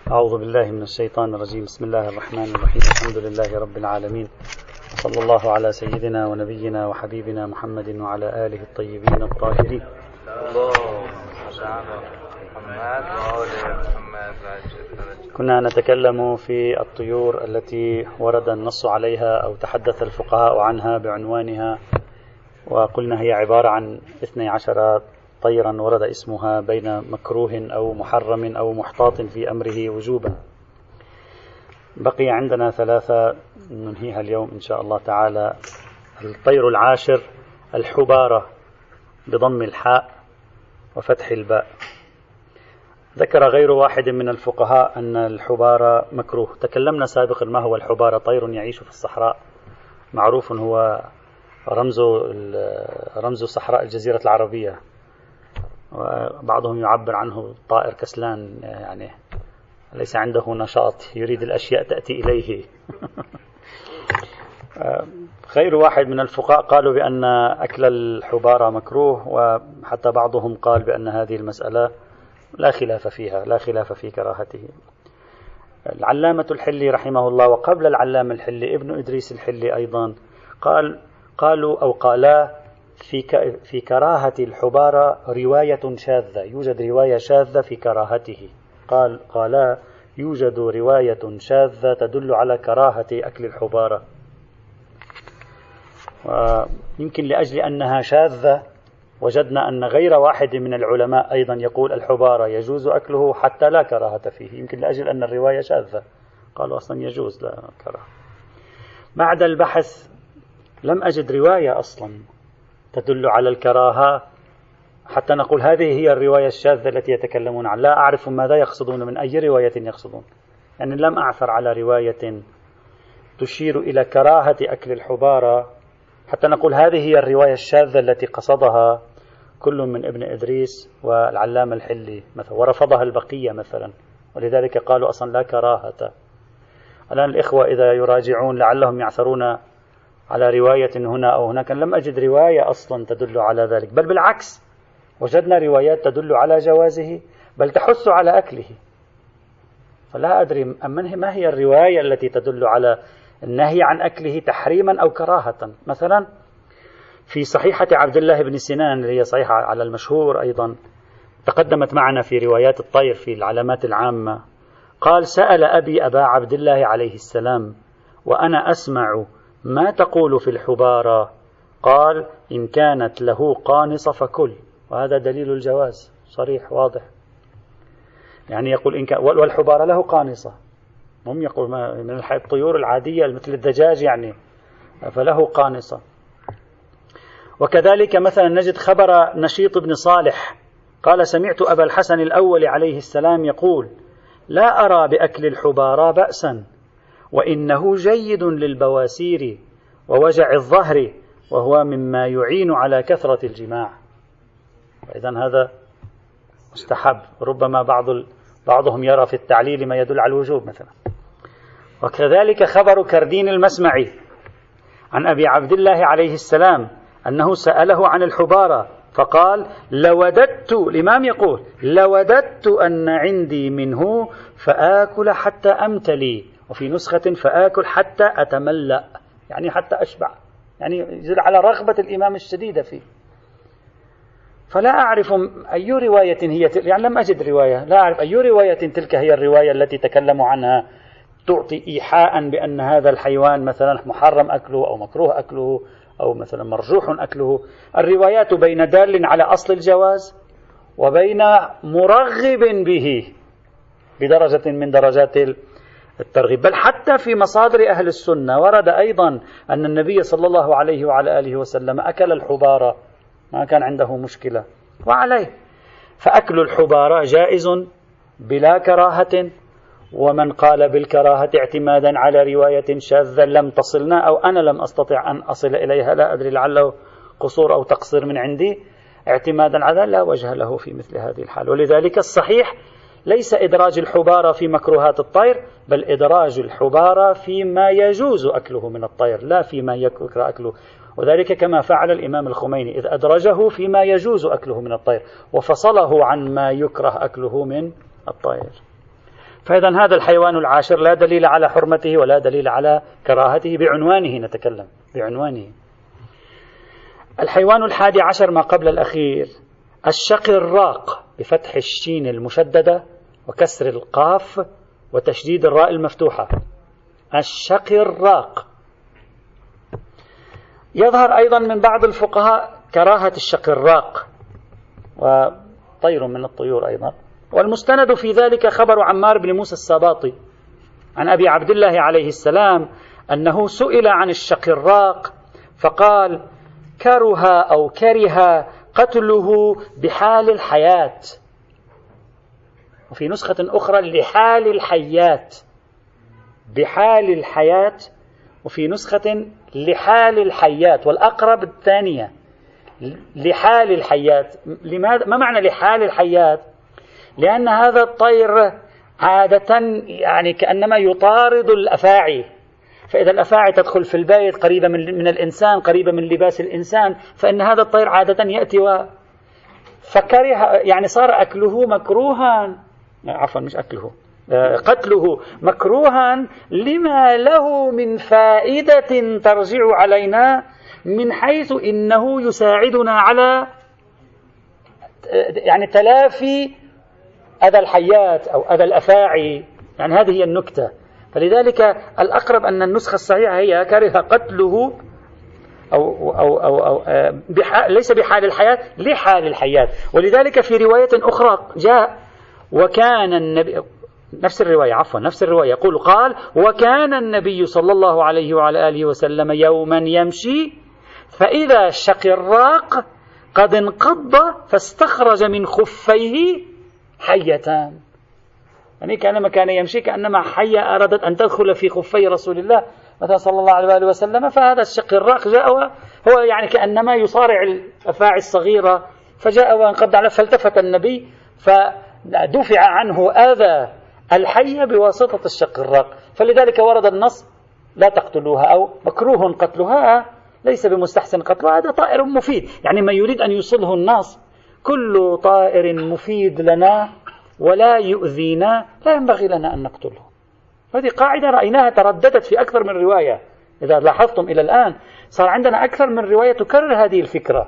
أعوذ بالله من الشيطان الرجيم. بسم الله الرحمن الرحيم. الحمد لله رب العالمين، صلى الله على سيدنا ونبينا وحبيبنا محمد وعلى آله الطيبين الطاهرين. كنا نتكلم في الطيور التي ورد النص عليها أو تحدث الفقهاء عنها بعنوانها، وقلنا هي عبارة عن 12 طيرا ورد اسمها بين مكروه أو محرم أو محتاط في أمره وجوبا. بقي عندنا 3 ننهيها اليوم إن شاء الله تعالى. الطير العاشر الحبارة بضم الحاء وفتح الباء. ذكر غير واحد من الفقهاء أن الحبارة مكروه. تكلمنا سابقا ما هو الحبارة. طير يعيش في الصحراء، معروف هو رمز صحراء الجزيرة العربية، وبعضهم يعبر عنه طائر كسلان، يعني ليس عنده نشاط، يريد الأشياء تأتي إليه. غير واحد من الفقهاء قالوا بأن أكل الحبارة مكروه، وحتى بعضهم قال بأن هذه المسألة لا خلاف فيها، لا خلاف في كراهته. العلامة الحلي رحمه الله، وقبل العلامة الحلي ابن إدريس الحلي أيضا قالا في كراهة الحبارة رواية شاذة. يوجد رواية شاذة في كراهته. قالا يوجد رواية شاذة تدل على كراهة أكل الحبارة، ويمكن لأجل أنها شاذة وجدنا أن غير واحد من العلماء أيضا يقول الحبارة يجوز أكله حتى لا كراهة فيه. يمكن لأجل أن الرواية شاذة قالوا أصلا يجوز لا كراهة. بعد البحث لم أجد رواية أصلا تدل على الكراهة حتى نقول هذه هي الرواية الشاذة التي يتكلمون عنها. لا أعرف ماذا يقصدون، من أي رواية يقصدون. يعني لم أعثر على رواية تشير إلى كراهة أكل الحبارة حتى نقول هذه هي الرواية الشاذة التي قصدها كل من ابن إدريس والعلامة الحلي مثلا، ورفضها البقية مثلا، ولذلك قالوا أصلا لا كراهة. الآن الإخوة إذا يراجعون لعلهم يعثرون على رواية هنا أو هناك. لم أجد رواية أصلا تدل على ذلك، بل بالعكس وجدنا روايات تدل على جوازه بل تحث على أكله. فلا أدري ما هي الرواية التي تدل على النهي عن أكله تحريما أو كراهة. مثلا في صحيحة عبد الله بن سنان اللي هي صحيحة على المشهور أيضا، تقدمت معنا في روايات الطير في العلامات العامة، قال سأل أبي أبا عبد الله عليه السلام وأنا أسمع ما تقول في الحبارة، قال إن كانت له قانصة فكل. وهذا دليل الجواز صريح واضح. يعني يقول إن كان والحبارة له قانصة، هم يقول من الطيور العادية مثل الدجاج يعني، فله قانصة. وكذلك مثلا نجد خبر نشيط بن صالح قال سمعت أبا الحسن الأول عليه السلام يقول لا أرى بأكل الحبارة بأسا، وإنه جيد للبواسير ووجع الظهر، وهو مما يعين على كثرة الجماع. إذن هذا مستحب. ربما بعضهم يرى في التعليل ما يدل على الوجوب مثلا. وكذلك خبر كردين المسمعي عن أبي عبد الله عليه السلام أنه سأله عن الحبارة فقال لوددت، الإمام يقول لوددت أن عندي منه فآكل حتى أمتلي، وفي نسخة فآكل حتى أتملأ، يعني حتى أشبع، يعني يدل على رغبة الإمام الشديدة فيه. فلا أعرف أي رواية هي يعني لم أجد رواية، لا أعرف أي رواية تلك هي الرواية التي تكلموا عنها تعطي إيحاء بأن هذا الحيوان مثلا محرم أكله أو مكروه أكله أو مثلا مرجوح أكله. الروايات بين دال على أصل الجواز وبين مرغب به بدرجة من درجات الترغيب. بل حتى في مصادر أهل السنة ورد أيضا أن النبي صلى الله عليه وعلى آله وسلم أكل الحبارة، ما كان عنده مشكلة وعليه. فأكل الحبارة جائز بلا كراهة. ومن قال بالكراهة اعتمادا على رواية شاذة لم تصلنا أو أنا لم أستطع أن أصل إليها، لا أدري لعله قصور أو تقصير من عندي، اعتمادا على لا وجه له في مثل هذه الحال. ولذلك الصحيح ليس إدراج الحبارة في مكروهات الطير، بل إدراج الحبارة فيما يجوز أكله من الطير لا فيما يكره أكله. وذلك كما فعل الإمام الخميني إذ أدرجه فيما يجوز أكله من الطير وفصله عن ما يكره أكله من الطير. فإذا هذا الحيوان العاشر لا دليل على حرمته ولا دليل على كراهته، بعنوانه نتكلم، بعنوانه. الحيوان 11 ما قبل الأخير، الشقراق، بفتح الشين المشددة وكسر القاف وتشديد الراء المفتوحة. الشقراق. يظهر أيضا من بعض الفقهاء كراهة الشقراق، وطير من الطيور أيضا. والمستند في ذلك خبر عمار بن موسى السباطي عن أبي عبد الله عليه السلام أنه سئل عن الشقراق فقال: كره أو كره قتله بحال الحياة، وفي نسخة أخرى لحال الحيات، بحال الحياة، وفي نسخة لحال الحيات، والأقرب الثانية لحال الحيات. لماذا؟ ما معنى لحال الحيات؟ لأن هذا الطير عادة يعني كأنما يطارد الأفاعي، فإذا الأفاعي تدخل في البيت قريبة من الإنسان، قريبة من لباس الإنسان، فإن هذا الطير عادة يأتي فكره، يعني صار أكله مكروها، عفوا مش أكله، قتله مكروها لما له من فائدة ترجع علينا، من حيث إنه يساعدنا على يعني تلافي أذى الحيات أو أذى الأفاعي، يعني هذه هي النكتة. فلذلك الأقرب أن النسخة الصحيحة هي كره قتله أو ليس بحال الحياة، لحال الحياة. ولذلك في رواية أخرى جاء وكان النبي، نفس الرواية يقول قال: وكان النبي صلى الله عليه وعلى آله وسلم يوما يمشي فإذا الشقراق قد انقض فاستخرج من خفيه حيتان. يعني كأنما كان يمشي كأنما حية أرادت أن تدخل في خفي رسول الله مثلا صلى الله عليه وآله وسلم، فهذا الشقراق جاء هو يعني كأنما يصارع الأفاعي الصغيرة، فجاء وانقض عليه، فالتفت النبي فدفع عنه أذى الحية بواسطة الشقراق. فلذلك ورد النص: لا تقتلوها، أو مكروه قتلها، ليس بمستحسن قتلها، هذا طائر مفيد. يعني ما يريد أن يوصله الناس: كل طائر مفيد لنا ولا يؤذينا لا ينبغي لنا أن نقتله. هذه قاعدة رأيناها ترددت في أكثر من رواية. إذا لاحظتم إلى الآن صار عندنا أكثر من رواية تكرر هذه الفكرة،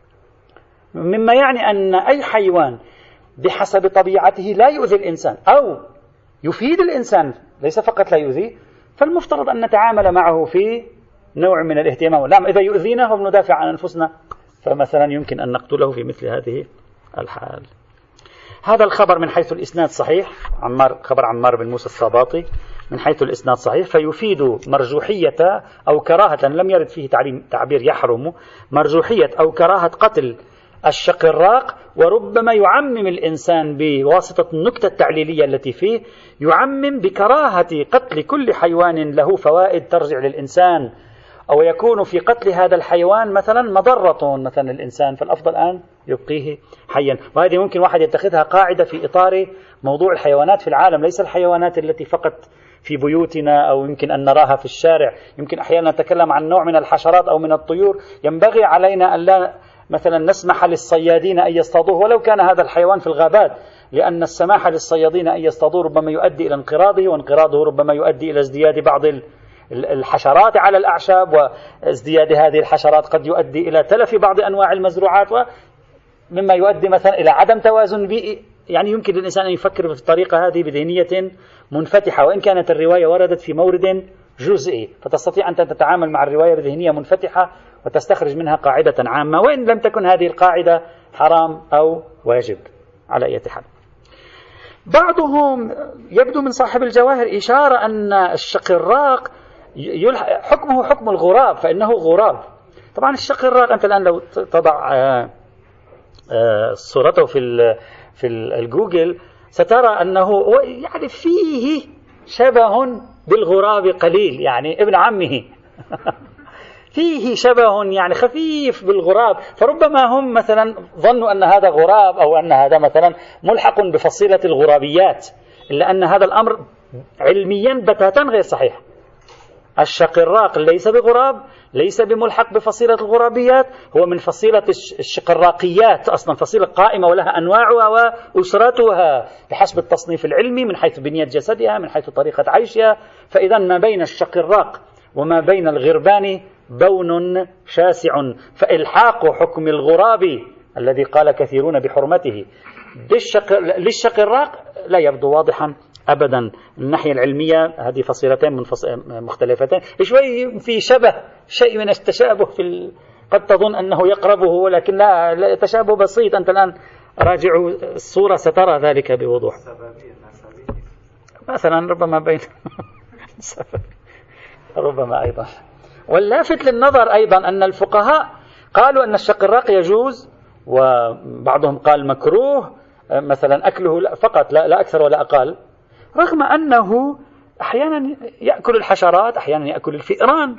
مما يعني أن أي حيوان بحسب طبيعته لا يؤذي الإنسان أو يفيد الإنسان، ليس فقط لا يؤذي، فالمفترض أن نتعامل معه في نوع من الاهتمام. لا، إذا يؤذينا هم ندافع عن أنفسنا، فمثلا يمكن أن نقتله في مثل هذه الحال. هذا الخبر من حيث الإسناد صحيح، خبر عمار بن موسى السباطي من حيث الإسناد صحيح، فيفيد مرجوحية أو كراهة، لم يرد فيه تعبير يحرم، مرجوحية أو كراهة قتل الشقراق. وربما يعمم الإنسان بواسطة النكتة التعليلية التي فيه، يعمم بكراهة قتل كل حيوان له فوائد ترجع للإنسان، أو يكون في قتل هذا الحيوان مثلا مضرة مثلا للإنسان، فالأفضل أن يبقيه حيا. وهذه ممكن واحد يتخذها قاعدة في إطار موضوع الحيوانات في العالم، ليس الحيوانات التي فقط في بيوتنا أو يمكن أن نراها في الشارع. يمكن أحيانا نتكلم عن نوع من الحشرات أو من الطيور، ينبغي علينا أن لا مثلا نسمح للصيادين أن يصطادوه ولو كان هذا الحيوان في الغابات، لأن السماح للصيادين أن يصطادوه ربما يؤدي إلى انقراضه، وانقراضه ربما يؤدي إلى ازدياد بعض الحشرات على الأعشاب، وازدياد هذه الحشرات قد يؤدي إلى تلف بعض أنواع المزروعات، مما يؤدي مثلا إلى عدم توازن بيئي. يعني يمكن للإنسان أن يفكر في الطريقة هذه بذهنية منفتحة، وإن كانت الرواية وردت في مورد جزئي، فتستطيع أن تتعامل مع الرواية بذهنية منفتحة وتستخرج منها قاعدة عامة، وإن لم تكن هذه القاعدة حرام أو واجب على أي حال. بعضهم يبدو من صاحب الجواهر إشارة أن الشقراق حكمه حكم الغراب، فإنه غراب. طبعا الشقراق أنت الآن لو تضع صورته في الجوجل سترى أنه يعني فيه شبه بالغراب قليل، يعني ابن عمه فيه شبه يعني خفيف بالغراب، فربما هم مثلا ظنوا أن هذا غراب أو أن هذا مثلا ملحق بفصيلة الغرابيات، إلا أن هذا الأمر علميا بتاتا غير صحيح. الشقراق ليس بغراب، ليس بملحق بفصيلة الغرابيات، هو من فصيلة الشقراقيات، أصلا فصيلة قائمة ولها أنواعها وأسرتها بحسب التصنيف العلمي من حيث بنية جسدها، من حيث طريقة عيشها. فإذا ما بين الشقراق وما بين الغربان بون شاسع، فإلحاق حكم الغراب الذي قال كثيرون بحرمته للشقراق لا يبدو واضحا أبدا. من الناحية العلمية هذه فصيلتين مختلفتين، شوي في شبه، شيء من التشابه قد تظن أنه يقربه ولكن لا تشابه بسيط. أنت الآن راجع الصورة سترى ذلك بوضوح. مثلا ربما بين ربما أيضا. واللافت للنظر أيضا أن الفقهاء قالوا أن الشقراق يجوز، وبعضهم قال مكروه مثلا أكله فقط لا أكثر ولا أقل، رغم أنه أحيانا يأكل الحشرات، أحيانا يأكل الفئران،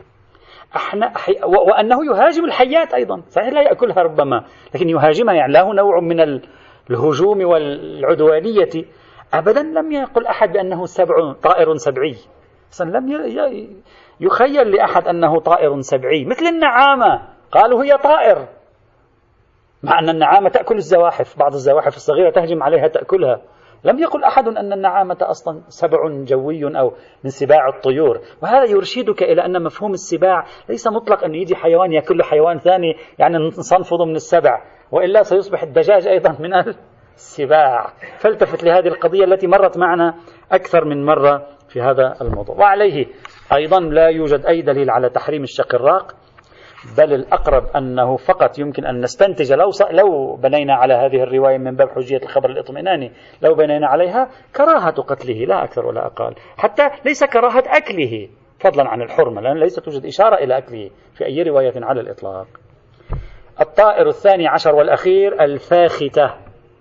وأنه يهاجم الحيات أيضا. صحيح لا يأكلها ربما، لكن يهاجمها، يعني له نوع من الهجوم والعدوانية. أبدا لم يقل أحد بأنه طائر سبعي، لم يخيل لأحد أنه طائر سبعي مثل النعامة، قالوا هي طائر، مع أن النعامة تأكل الزواحف، بعض الزواحف الصغيرة تهجم عليها تأكلها. لم يقل أحد أن النعامة أصلا سبع جوي أو من سباع الطيور. وهذا يرشدك إلى أن مفهوم السباع ليس مطلق أن يجي حيوان يأكل حيوان ثاني يعني نصنفضه من السبع، وإلا سيصبح الدجاج أيضا من السباع. فالتفت لهذه القضية التي مرت معنا أكثر من مرة في هذا الموضوع. وعليه أيضا لا يوجد أي دليل على تحريم الشقراق، بل الأقرب أنه فقط يمكن أن نستنتج لو بنينا على هذه الرواية من باب حجية الخبر الاطمئناني، لو بنينا عليها كراهة قتله لا أكثر ولا أقل، حتى ليس كراهة أكله فضلا عن الحرمة، لأن ليس توجد إشارة إلى أكله في أي رواية على الإطلاق. الطائر الثاني عشر والأخير الفاختة.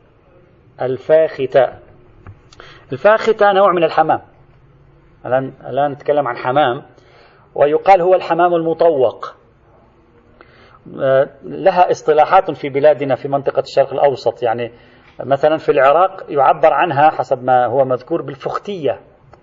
الفاختة نوع من الحمام. الآن نتكلم عن حمام، ويقال هو الحمام المطوق. لها اصطلاحات في بلادنا في منطقة الشرق الأوسط، يعني مثلا في العراق يعبر عنها حسب ما هو مذكور بالفختية.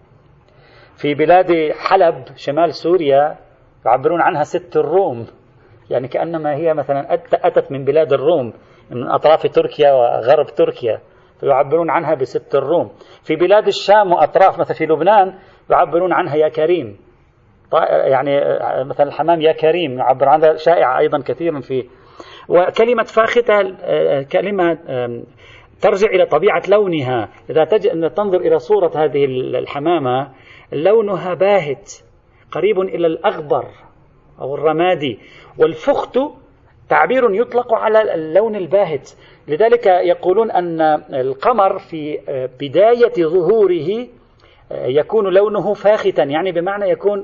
في بلاد حلب شمال سوريا يعبرون عنها ست الروم، يعني كأنما هي مثلا أتت من بلاد الروم من أطراف تركيا وغرب تركيا، فيعبرون عنها بست الروم. في بلاد الشام وأطراف مثلا في لبنان يعبرون عنها يا كريم، يعني مثلا الحمام يا كريم يعبر عنها، شائعة أيضا كثيرا في. وكلمة فاختة كلمة ترجع إلى طبيعة لونها. إذا تنظر إلى صورة هذه الحمامة لونها باهت قريب إلى الأخضر أو الرمادي، والفخت تعبير يطلق على اللون الباهت. لذلك يقولون أن القمر في بداية ظهوره يكون لونه فاختا، يعني بمعنى يكون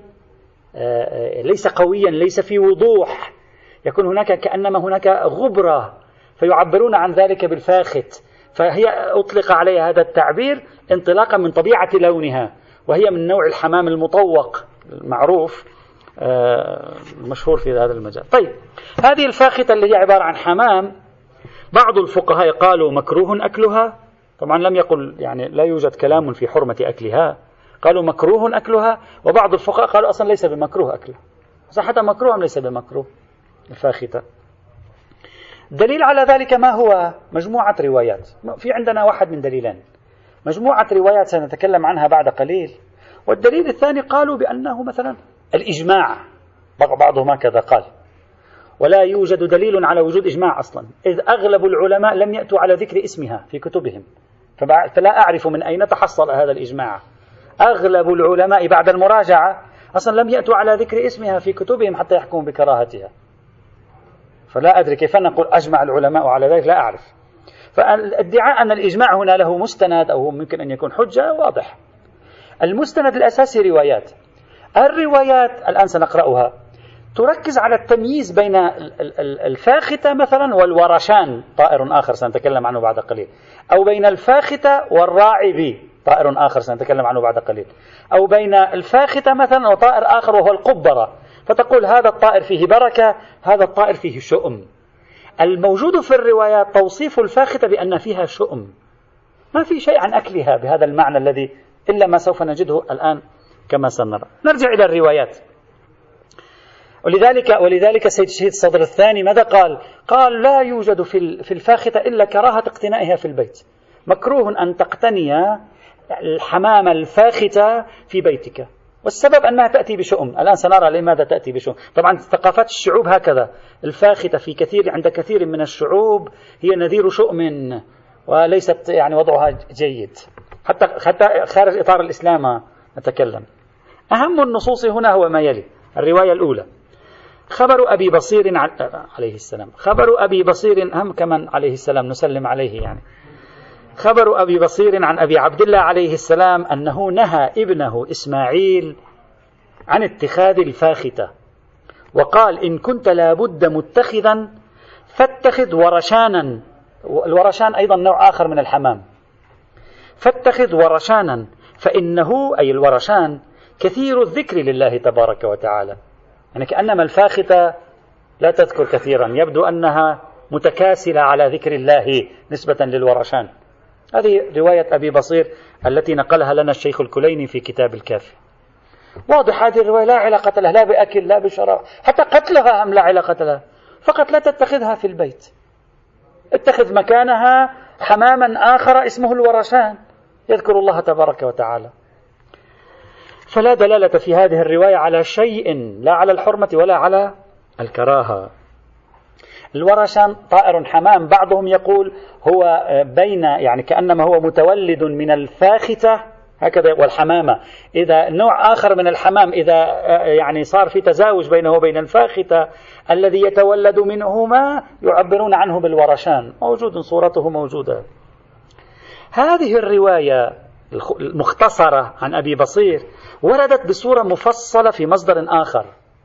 ليس قويا، ليس في وضوح، يكون هناك كأنما هناك غبرة، فيعبرون عن ذلك بالفاخت. فهي أطلق عليها هذا التعبير انطلاقا من طبيعة لونها، وهي من نوع الحمام المطوق المعروف مشهور في هذا المجال. طيب، هذه الفاختة اللي هي عبارة عن حمام، بعض الفقهاء قالوا مكروه أكلها. طبعا لم يقل، يعني لا يوجد كلام في حرمة أكلها، قالوا مكروه أكلها. وبعض الفقهاء قالوا أصلا ليس بمكروه أكلها. صحة مكروه أم ليس بمكروه الفاختة؟ دليل على ذلك ما هو؟ مجموعة روايات. في عندنا واحد من دليلين، مجموعة روايات سنتكلم عنها بعد قليل. والدليل الثاني قالوا بأنه مثلا الإجماع، بعضهم هكذا قال، ولا يوجد دليل على وجود إجماع أصلا، إذ أغلب العلماء لم يأتوا على ذكر اسمها في كتبهم، فلا أعرف من أين تحصل هذا الإجماع. أغلب العلماء بعد المراجعة أصلا لم يأتوا على ذكر اسمها في كتبهم حتى يحكموا بكراهتها، فلا أدري كيف نقول أجمع العلماء على ذلك، لا أعرف. فالادعاء أن الإجماع هنا له مستند أو ممكن أن يكون حجة واضح. المستند الأساسي روايات. الروايات الآن سنقرأها تركز على التمييز بين الفاختة مثلا والورشان، طائر آخر سنتكلم عنه بعد قليل، أو بين الفاختة والراعب، طائر آخر سنتكلم عنه بعد قليل، أو بين الفاختة مثلا وطائر آخر وهو القبرة، فتقول هذا الطائر فيه بركة، هذا الطائر فيه شؤم. الموجود في الروايات توصيف الفاختة بأن فيها شؤم، ما في شيء عن أكلها بهذا المعنى الذي إلا ما سوف نجده الآن كما سنرى. نرجع إلى الروايات. ولذلك سيد الشهيد الصدر الثاني ماذا قال؟ قال لا يوجد في الفاخته إلا كراهة اقتنائها في البيت. مكروه أن تقتني الحمامة الفاخته في بيتك، والسبب أنها تأتي بشؤم. الآن سنرى لماذا تأتي بشؤم. طبعا ثقافات الشعوب هكذا، الفاخته عند كثير من الشعوب هي نذير شؤم، وليست يعني وضعها جيد، حتى خارج إطار الإسلام نتكلم. أهم النصوص هنا هو ما يلي. الرواية الأولى خبر أبي بصير عليه السلام. خبر أبي بصير هم كمن عليه السلام نسلم عليه يعني. خبر أبي بصير عن أبي عبد الله عليه السلام أنه نهى ابنه إسماعيل عن اتخاذ الفاخته، وقال إن كنت لابد متخذا فاتخذ ورشانا. الورشان أيضا نوع آخر من الحمام. فاتخذ ورشانا فإنه أي الورشان كثير الذكر لله تبارك وتعالى. يعني كأنما الفاخته لا تذكر كثيرا، يبدو أنها متكاسلة على ذكر الله نسبة للورشان. هذه رواية أبي بصير التي نقلها لنا الشيخ الكليني في كتاب الكافي. واضح هذه الرواية لا علاقة لها لا بأكل لا بشراب، حتى قتلها هم لا علاقة لها، فقط لا تتخذها في البيت، اتخذ مكانها حماما آخر اسمه الورشان يذكر الله تبارك وتعالى. فلا دلالة في هذه الرواية على شيء، لا على الحرمة ولا على الكراهة. الورشان طائر حمام، بعضهم يقول هو بين يعني كأنما هو متولد من الفاخته هكذا، والحمامة إذا نوع آخر من الحمام إذا يعني صار في تزاوج بينه وبين الفاخته الذي يتولد منهما يعبرون عنه بالورشان، موجود صورته موجودة. هذه الرواية المختصرة عن أبي بصير وردت بصورة مفصلة في مصدر آخر،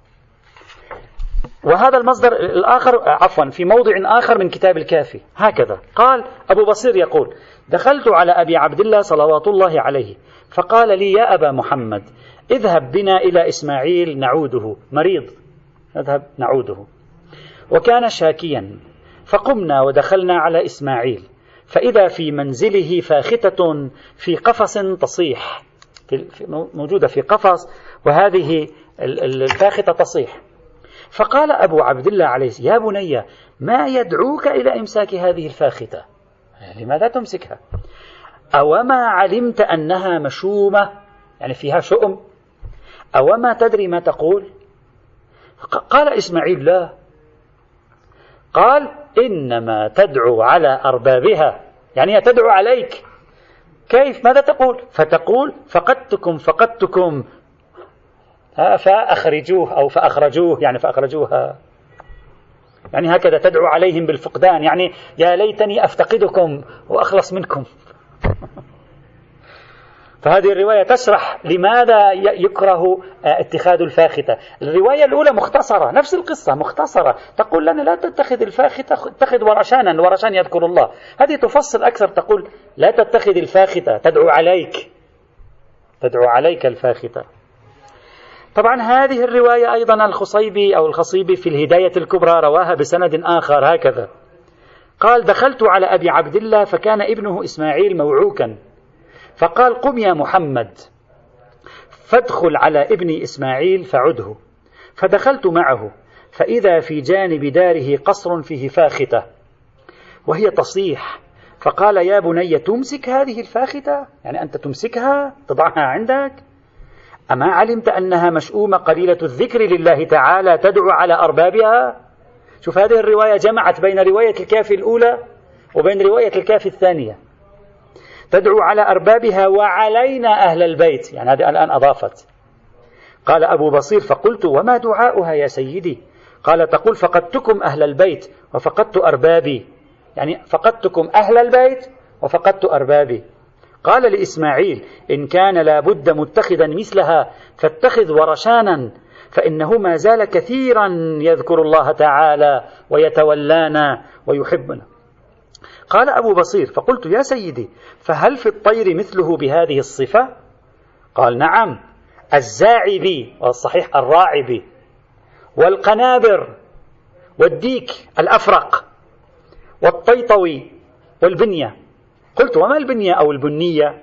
وهذا المصدر الآخر في موضع آخر من كتاب الكافي. هكذا قال أبو بصير يقول دخلت على أبي عبد الله صلوات الله عليه فقال لي يا أبا محمد اذهب بنا إلى إسماعيل نعوده، مريض نذهب نعوده. وكان شاكيا، فقمنا ودخلنا على إسماعيل فإذا في منزله فاختة في قفص تصيح، موجودة في قفص وهذه الفاختة تصيح. فقال أبو عبد الله عليه يا بني ما يدعوك إلى إمساك هذه الفاختة؟ لماذا تمسكها؟ أوما علمت أنها مشومة يعني فيها شؤم؟ أوما تدري ما تقول؟ قال إسماعيل لا. قال إنما تدعو على أربابها، يعني هي تدعو عليك. كيف؟ ماذا تقول؟ فتقول فقدتكم فأخرجوه أو فأخرجوه، يعني فأخرجوها، يعني هكذا تدعو عليهم بالفقدان، يعني يا ليتني أفتقدكم وأخلص منكم. فهذه الرواية تشرح لماذا يكره اتخاذ الفاختة. الرواية الأولى مختصرة، نفس القصة مختصرة، تقول لنا لا تتخذ الفاختة، اتخذ ورشانا، الورشان يذكر الله. هذه تفصل أكثر، تقول لا تتخذ الفاختة، تدعو عليك الفاختة. طبعا هذه الرواية أيضا الخصيبي في الهداية الكبرى رواها بسند آخر هكذا قال دخلت على أبي عبد الله فكان ابنه إسماعيل موعوكا، فقال قم يا محمد فادخل على ابن إسماعيل فعده. فدخلت معه فإذا في جانب داره قصر فيه فاختة وهي تصيح، فقال يا بني تمسك هذه الفاختة؟ يعني أنت تمسكها تضعها عندك؟ أما علمت أنها مشؤومة قليلة الذكر لله تعالى تدعو على أربابها؟ شوف هذه الرواية جمعت بين رواية الكافي الأولى وبين رواية الكافي الثانية، تدعو على أربابها وعلينا أهل البيت، يعني هذه الآن أضافت. قال أبو بصير فقلت وما دعاؤها يا سيدي؟ قال تقول فقدتكم أهل البيت وفقدت أربابي، يعني فقدتكم أهل البيت وفقدت أربابي. قال لإسماعيل إن كان لابد متخذا مثلها فاتخذ ورشانا، فإنه ما زال كثيرا يذكر الله تعالى ويتولانا ويحبنا. قال أبو بصير فقلت يا سيدي فهل في الطير مثله بهذه الصفة؟ قال نعم، الزاعبي والصحيح الراعبي والقنابر والديك الأفرق والطيطوي والبنية. قلت وما البنية أو البنية؟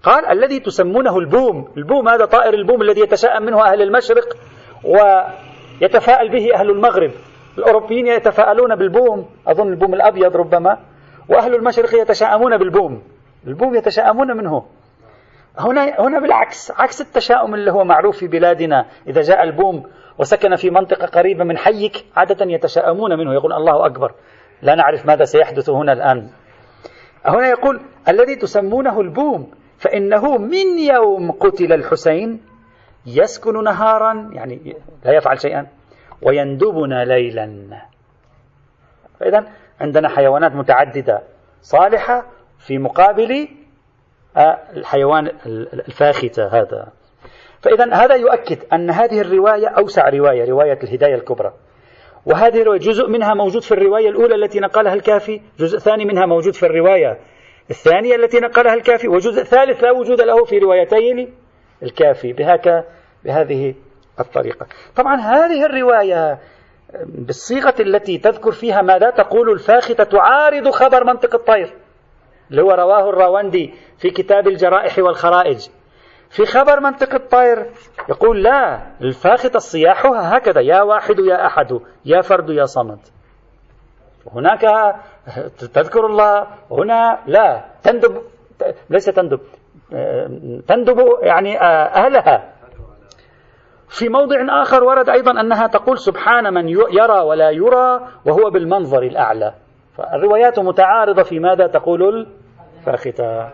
قال الذي تسمونه البوم. البوم هذا طائر البوم الذي يتشائم منه أهل المشرق ويتفاءل به أهل المغرب. الأوروبيين يتفاءلون بالبوم، أظن البوم الأبيض ربما، وأهل المشرق يتشائمون بالبوم. البوم يتشائمون منه. هنا بالعكس، عكس التشاؤم اللي هو معروف في بلادنا. إذا جاء البوم وسكن في منطقة قريبة من حيك عادة يتشائمون منه، يقول الله أكبر، لا نعرف ماذا سيحدث هنا الآن. هنا يقول الذي تسمونه البوم فإنه من يوم قتل الحسين يسكن نهارا، يعني لا يفعل شيئا، ويندبنا ليلا. فإذا عندنا حيوانات متعددة صالحة في مقابل الحيوان الفاختة هذا. فإذا هذا يؤكد أن هذه الرواية أوسع رواية، رواية الهداية الكبرى، وهذه الرواية جزء منها موجود في الرواية الأولى التي نقلها الكافي، جزء ثاني منها موجود في الرواية الثانية التي نقلها الكافي، وجزء ثالث لا وجود له في روايتين الكافي بهذه الطريقة. طبعا هذه الرواية بالصيغة التي تذكر فيها ماذا تقول الفاختة تعارض خبر منطق الطير اللي هو رواه الراوندي في كتاب الجرائح والخرائج. في خبر منطق الطير يقول لا، الفاختة صياحها هكذا: يا واحد يا أحد يا فرد يا صمد. هناك تذكر الله، هنا لا، تندب، ليس تندب، تندب يعني أهلها. في موضع آخر ورد أيضا أنها تقول سبحان من يرى ولا يرى وهو بالمنظر الأعلى. فالروايات متعارضة في ماذا تقول الفاختة.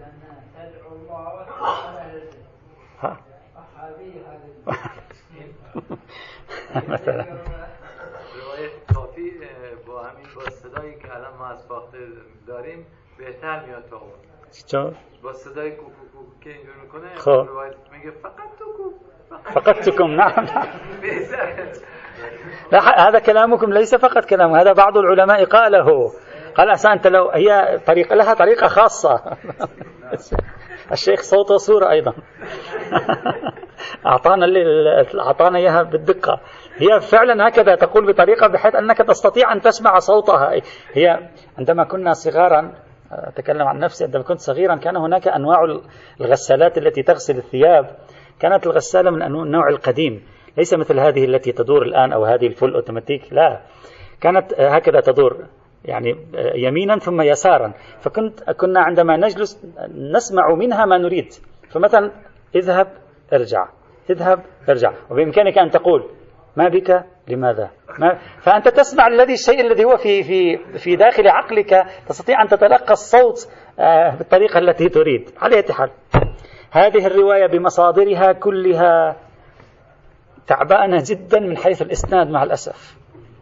مثلا با همین با صدایی که الان ما از فاخته داریم بهتر میاد تا اون. چطور؟ با صدای کوکو که اینجور میکنه خب میگه فقط توکو فقدتكم. نعم. لا، هذا كلامكم ليس فقط كلام، هذا بعض العلماء قاله. قال أنت لو هي طريقة لها طريقة خاصة. الشيخ صوت وصورة أيضا. أعطانا إياها بالدقة. هي فعلا هكذا تقول بطريقة بحيث أنك تستطيع أن تسمع صوتها. هي عندما كنا صغارا، أتكلم عن نفسي، عندما كنت صغيرا كان هناك أنواع الغسالات التي تغسل الثياب. كانت الغسالة من النوع القديم، ليس مثل هذه التي تدور الآن أو هذه الفول أوتوماتيك، لا، كانت هكذا تدور، يعني يمينا ثم يسارا. كنا عندما نجلس نسمع منها ما نريد. فمثلا اذهب ارجع، اذهب ارجع، وبإمكانك أن تقول ما بك لماذا. فأنت تسمع الشيء الذي هو في داخل عقلك، تستطيع أن تتلقى الصوت بالطريقة التي تريد. على أي حال هذه الرواية بمصادرها كلها تعبانة جدا من حيث الإسناد مع الأسف.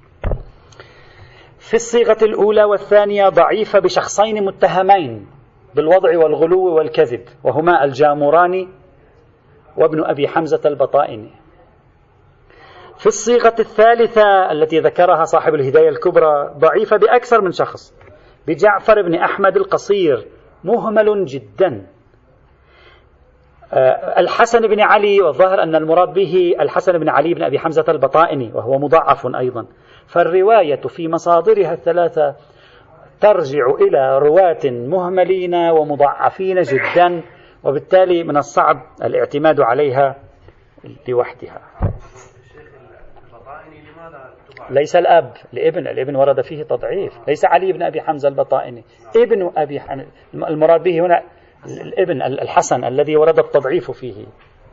في الصيغة الأولى والثانية ضعيفة بشخصين متهمين بالوضع والغلو والكذب، وهما الجاموراني وابن أبي حمزة البطائني. في الصيغة الثالثة التي ذكرها صاحب الهداية الكبرى ضعيفة بأكثر من شخص، بجعفر بن أحمد القصير مهمل جدا. الحسن بن علي، والظاهر أن المراد به الحسن بن علي بن أبي حمزة البطائني وهو مضاعف أيضا. فالرواية في مصادرها الثلاثة ترجع إلى رواة مهملين ومضاعفين جدا، وبالتالي من الصعب الاعتماد عليها لوحدها. ليس الأب، الابن ورد فيه تضعيف، ليس علي بن أبي حمزة البطائني، ابن أبي حمزة المراد به هنا الابن الحسن الذي ورد التضعيف فيه.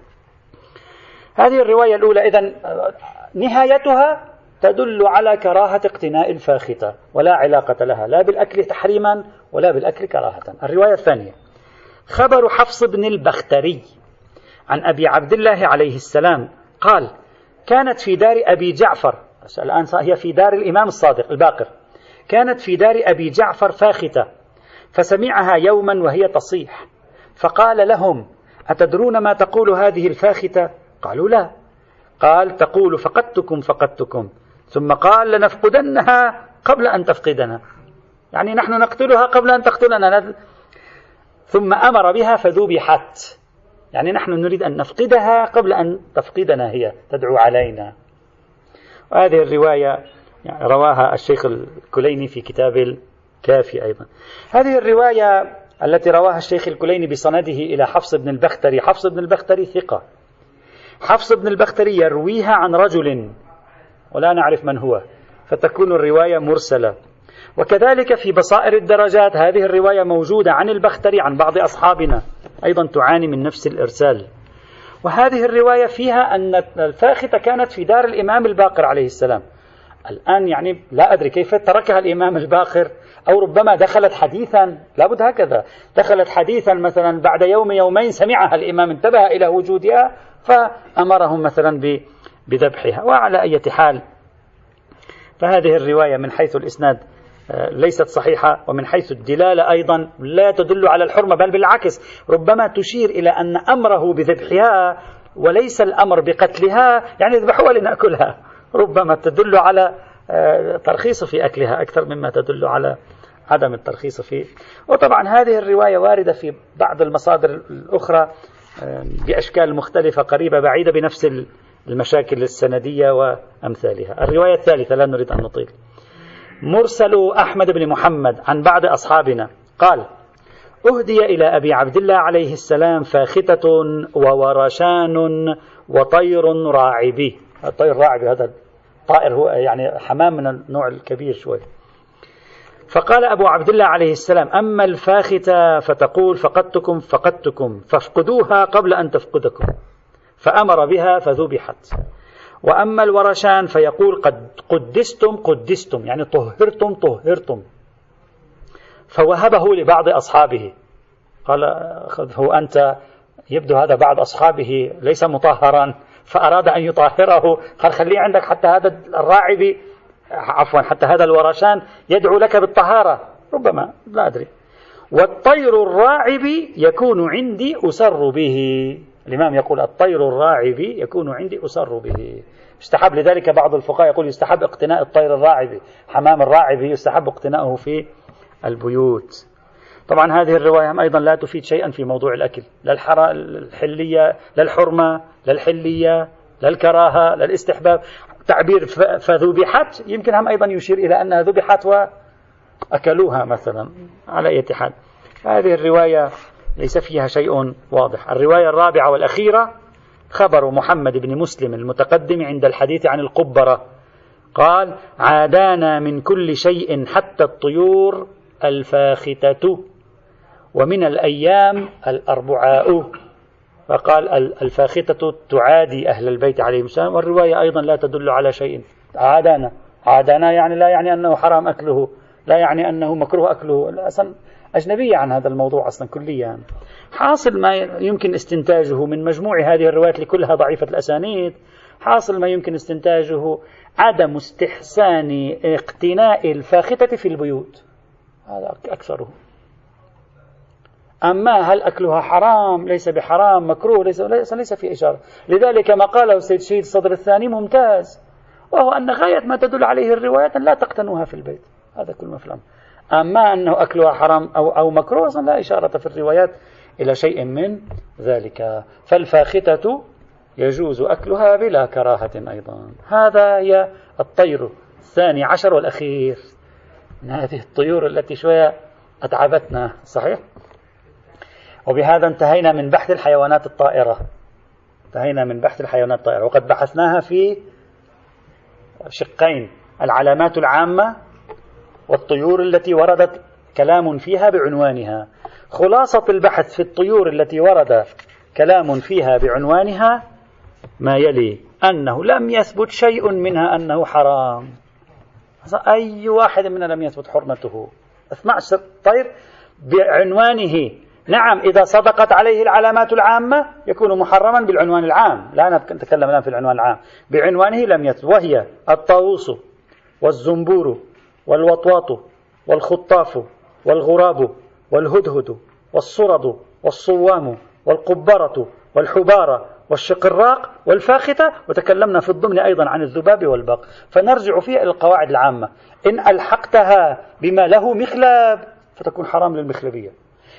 هذه الرواية الأولى إذن نهايتها تدل على كراهة اقتناء الفاختة، ولا علاقة لها لا بالأكل تحريما ولا بالأكل كراهة. الرواية الثانية خبر حفص بن البختري عن أبي عبد الله عليه السلام قال: كانت في دار أبي جعفر، الآن هي في دار الإمام الصادق الباقر، كانت في دار أبي جعفر فاختة، فسمعها يوما وهي تصيح، فقال لهم: أتدرون ما تقول هذه الفاختة؟ قالوا: لا. قال: تقول فقدتكم، ثم قال: لنفقدنها قبل أن تفقدنا، يعني نحن نقتلها قبل أن تقتلنا، ثم أمر بها فذبحت، يعني نحن نريد أن نفقدها قبل أن تفقدنا، هي تدعو علينا. وهذه الرواية رواها الشيخ الكليني في كتاب الكافي أيضا. هذه الرواية التي رواها الشيخ الكليني بسنده إلى حفص بن البختري. حفص بن البختري ثقة. حفص بن البختري يرويها عن رجل ولا نعرف من هو، فتكون الرواية مرسلة. وكذلك في بصائر الدرجات هذه الرواية موجودة عن البختري عن بعض أصحابنا أيضا تعاني من نفس الإرسال. وهذه الرواية فيها أن الفاخته كانت في دار الإمام الباقر عليه السلام. الآن يعني لا أدري كيف تركها الإمام الباقر، أو ربما دخلت حديثا، لابد هكذا، دخلت حديثا مثلا بعد يوم يومين سمعها الإمام، انتبه إلى وجودها فأمرهم مثلا بذبحها. وعلى أي حال فهذه الرواية من حيث الإسناد ليست صحيحة، ومن حيث الدلالة أيضا لا تدل على الحرمة، بل بالعكس ربما تشير إلى أن أمره بذبحها وليس الأمر بقتلها، يعني اذبحوها لنأكلها، ربما تدل على ترخيص في أكلها أكثر مما تدل على عدم الترخيص فيه. وطبعا هذه الرواية واردة في بعض المصادر الأخرى بأشكال مختلفة قريبة بعيدة بنفس المشاكل السندية وأمثالها. الرواية الثالثة لا نريد أن نطيل. مرسل أحمد بن محمد عن بعض أصحابنا قال: أهدي إلى أبي عبد الله عليه السلام فاختة وورشان وطير راعبي. الطير راعبي هذا طائر هو يعني حمام من النوع الكبير شوي. فقال أبو عبد الله عليه السلام: أما الفاختة فتقول فقدتكم فقدتكم فافقدوها قبل أن تفقدكم، فأمر بها فذبحت. وأما الورشان فيقول قد قدستم قدستم، يعني طهرتم طهرتم، فوهبه لبعض أصحابه. قال: هو أنت يبدو هذا بعض أصحابه ليس مطهرا فأراد أن يطهره، قال خليه عندك حتى هذا الراعب، عفوا حتى هذا الورشان يدعو لك بالطهارة، ربما لا أدري. والطير الراعب يكون عندي أسر به. الإمام يقول الطير الراعب يكون عندي أسر به. يستحب لذلك بعض الفقهاء يقول يستحب اقتناء الطير الراعب، حمام الراعب يستحب اقتناؤه في البيوت. طبعا هذه الرواية أيضا لا تفيد شيئا في موضوع الأكل، لا الحلية لا الحرمة لا الحلية لا الكراهة لا الاستحباب. تعبير فذبحت يمكن هم أيضا يشير إلى أنها ذبحت وأكلوها مثلا. على أي حال هذه الرواية ليس فيها شيء واضح. الرواية الرابعة والأخيرة خبر محمد بن مسلم المتقدم عند الحديث عن القبرة قال: عادانا من كل شيء حتى الطيور الفاختة، ومن الأيام الأربعاء. فقال الفاختة تعادي أهل البيت عليهم السلام. والرواية أيضا لا تدل على شيء. عادانا يعني لا يعني أنه حرام أكله، لا يعني أنه مكروه أكله، أصلا أجنبية عن هذا الموضوع أصلا كليا. حاصل ما يمكن استنتاجه من مجموع هذه الروايات لكلها ضعيفة الأسانيد، حاصل ما يمكن استنتاجه عدم استحسان اقتناء الفاختة في البيوت، هذا أكثره. أما هل أكلها حرام ليس بحرام مكروه ليس في إشارة. لذلك ما قاله السيد شهيد الصدر الثاني ممتاز، وهو أن غاية ما تدل عليه الروايات لا تقتنوها في البيت، هذا كل ما في الأمر. أما أنه أكلها حرام أو مكروه لا إشارة في الروايات إلى شيء من ذلك. فالفاختة يجوز أكلها بلا كراهة أيضا. هذا هي الطير الثاني عشر والأخير من هذه الطيور التي شوية أتعبتنا، صحيح؟ وبهذا انتهينا من بحث الحيوانات الطائرة، وقد بحثناها في شقين: العلامات العامة والطيور التي وردت كلام فيها بعنوانها. خلاصة البحث في الطيور التي ورد كلام فيها بعنوانها ما يلي: أنه لم يثبت شيء منها أنه حرام، أي واحد منها لم يثبت حرمته. 12 طير بعنوانه، نعم إذا صدقت عليه العلامات العامة يكون محرما بالعنوان العام، لا نتكلم الآن في العنوان العام، بعنوانه لم يثبت، وهي الطاووس والزنبور والوطواط والخطاف والغراب والهدهد والصرد والصوام والقبرة والحبارة والشقراق والفاختة. وتكلمنا في الضمن أيضا عن الذباب والبق. فنرجع فيها إلى القواعد العامة: إن ألحقتها بما له مخلب فتكون حرام للمخلبية،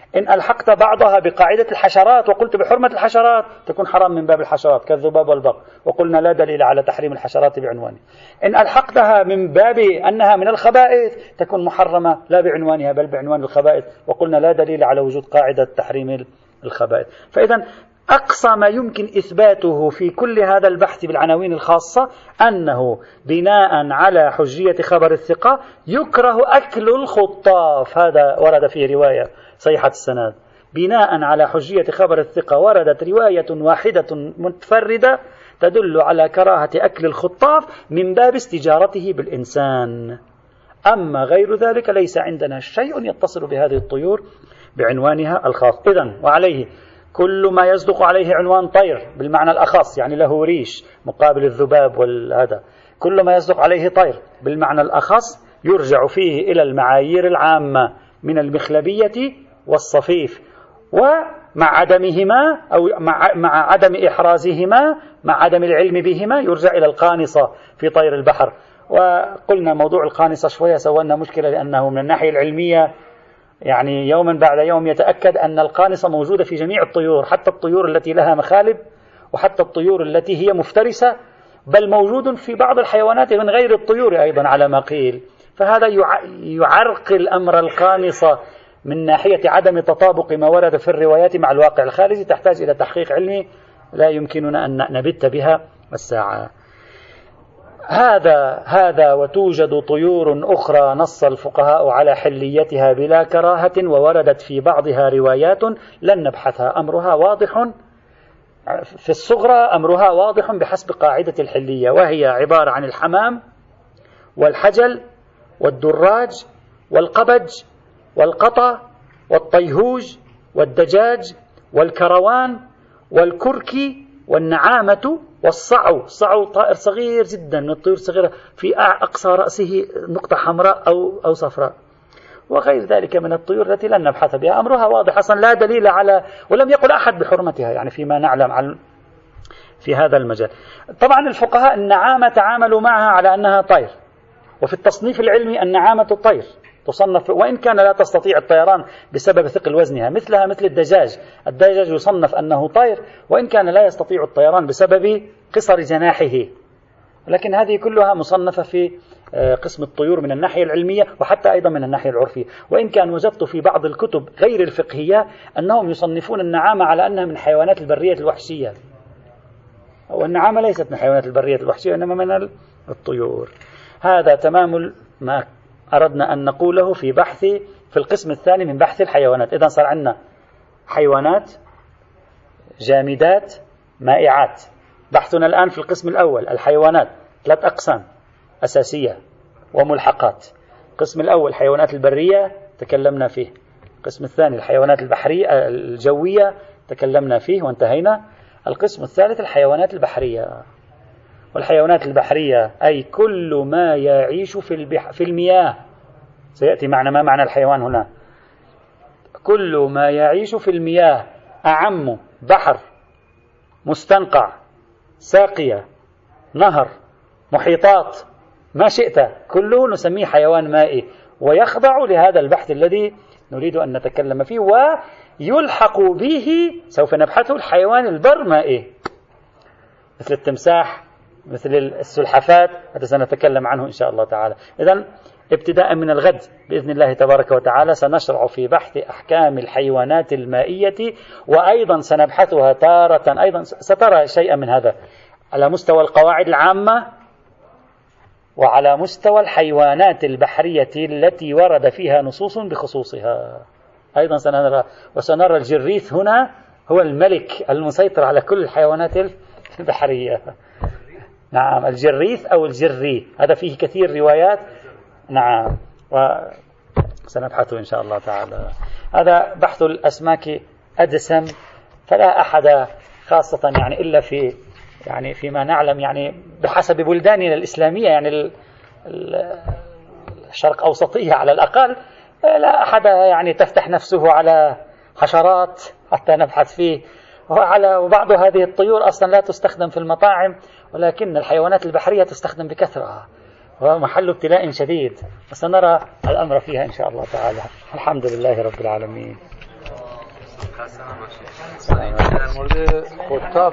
إن ألحقت بعضها بقاعدة الحشرات وقلت بحرمة الحشرات تكون حرام من باب الحشرات كالذباب والبق، وقلنا لا دليل على تحريم الحشرات بعنوانه. إن ألحقتها من باب أنها من الخبائث تكون محرمة لا بعنوانها بل بعنوان الخبائث، وقلنا لا دليل على وجود قاعدة تحريم الخبائث. فإذا أقصى ما يمكن إثباته في كل هذا البحث بالعناوين الخاصة أنه بناء على حجية خبر الثقة يكره أكل الخطاف. هذا ورد في رواية صحيحة السند. بناء على حجية خبر الثقة وردت رواية واحدة متفردة تدل على كراهة أكل الخطاف من باب استجارته بالإنسان. أما غير ذلك ليس عندنا شيء يتصل بهذه الطيور بعنوانها الخاص. إذن وعليه كل ما يصدق عليه عنوان طير بالمعنى الأخص، يعني له ريش مقابل الذباب والهذا، كل ما يصدق عليه طير بالمعنى الأخص يرجع فيه إلى المعايير العامة من المخلبية والصفيف، ومع عدمهما أو مع عدم إحرازهما مع عدم العلم بهما يرجع إلى القانصة في طير البحر. وقلنا موضوع القانصة شوية سوينا مشكلة، لأنه من الناحية العلمية يعني يوما بعد يوم يتأكد أن القانصة موجودة في جميع الطيور، حتى الطيور التي لها مخالب وحتى الطيور التي هي مفترسة، بل موجود في بعض الحيوانات من غير الطيور أيضا على ما قيل. فهذا يعرقل أمر القانصة من ناحية عدم تطابق ما ورد في الروايات مع الواقع الخارجي، تحتاج إلى تحقيق علمي لا يمكننا أن نبت بها الساعة. هذا وتوجد طيور أخرى نص الفقهاء على حليتها بلا كراهة ووردت في بعضها روايات لن نبحثها، أمرها واضح في الصغرى، أمرها واضح بحسب قاعدة الحلية، وهي عبارة عن الحمام والحجل والدراج والقبج والقطا والطيهوج والدجاج والكروان والكركي والنعامة والصعو. الصعو طائر صغير جدا من الطيور الصغيرة في أقصى رأسه نقطة حمراء أو صفراء، وغير ذلك من الطيور التي لن نبحث بها. أمرها واضح أصلا، لا دليل على ولم يقل أحد بحرمتها يعني فيما نعلم في هذا المجال. طبعا الفقهاء النعامة تعاملوا معها على أنها طير، وفي التصنيف العلمي النعامة طير تصنف، وإن كان لا تستطيع الطيران بسبب ثقل وزنها، مثلها مثل الدجاج. الدجاج يصنف أنه طير وإن كان لا يستطيع الطيران بسبب قصر جناحه، لكن هذه كلها مصنفة في قسم الطيور من الناحية العلمية وحتى أيضا من الناحية العرفية. وإن كان وجدت في بعض الكتب غير الفقهية أنهم يصنفون النعامة على أنها من حيوانات البرية الوحشية، والنعامة ليست من حيوانات البرية الوحشية إنما من الطيور. هذا تمام ما أردنا أن نقوله في القسم الثاني من بحث الحيوانات. إذن صار عندنا حيوانات، جامدات، مائعات. بحثنا الآن في القسم الأول الحيوانات، 3 أقسام أساسية وملحقات. القسم الأول حيوانات البرية تكلمنا فيه، القسم الثاني الحيوانات البحرية الجوية تكلمنا فيه وانتهينا. القسم الثالث الحيوانات البحرية. والحيوانات البحرية أي كل ما يعيش في المياه. سيأتي معنا ما معنى الحيوان هنا. كل ما يعيش في المياه، أعم بحر، مستنقع، ساقية، نهر، محيطات، ما شئت، كله نسميه حيوان مائي، ويخضع لهذا البحث الذي نريد أن نتكلم فيه. ويلحق به سوف نبحثه الحيوان البرمائي مثل التمساح، مثل السلحفاة، هذا سنتكلم عنه إن شاء الله تعالى. إذن ابتداء من الغد بإذن الله تبارك وتعالى سنشرع في بحث أحكام الحيوانات المائية، وأيضا سنبحثها تارة، أيضا سترى شيئا من هذا على مستوى القواعد العامة وعلى مستوى الحيوانات البحرية التي ورد فيها نصوص بخصوصها. أيضا سنرى، وسنرى الجريث هنا هو الملك المسيطر على كل الحيوانات البحرية. نعم، الجريث أو الجري، هذا فيه كثير روايات. نعم، وسنبحثه إن شاء الله تعالى. هذا بحث الأسماك أدسم، فلا أحد خاصة يعني إلا فيما نعلم يعني بحسب بلداننا الإسلامية، يعني الشرق أوسطية على الأقل، لا أحد يعني تفتح نفسه على حشرات حتى نبحث فيه. وبعض هذه الطيور أصلا لا تستخدم في المطاعم، ولكن الحيوانات البحرية تستخدم بكثرة، ومحل ابتلاء شديد، وسنرى الأمر فيها إن شاء الله تعالى. الحمد لله رب العالمين. در مورد خودتا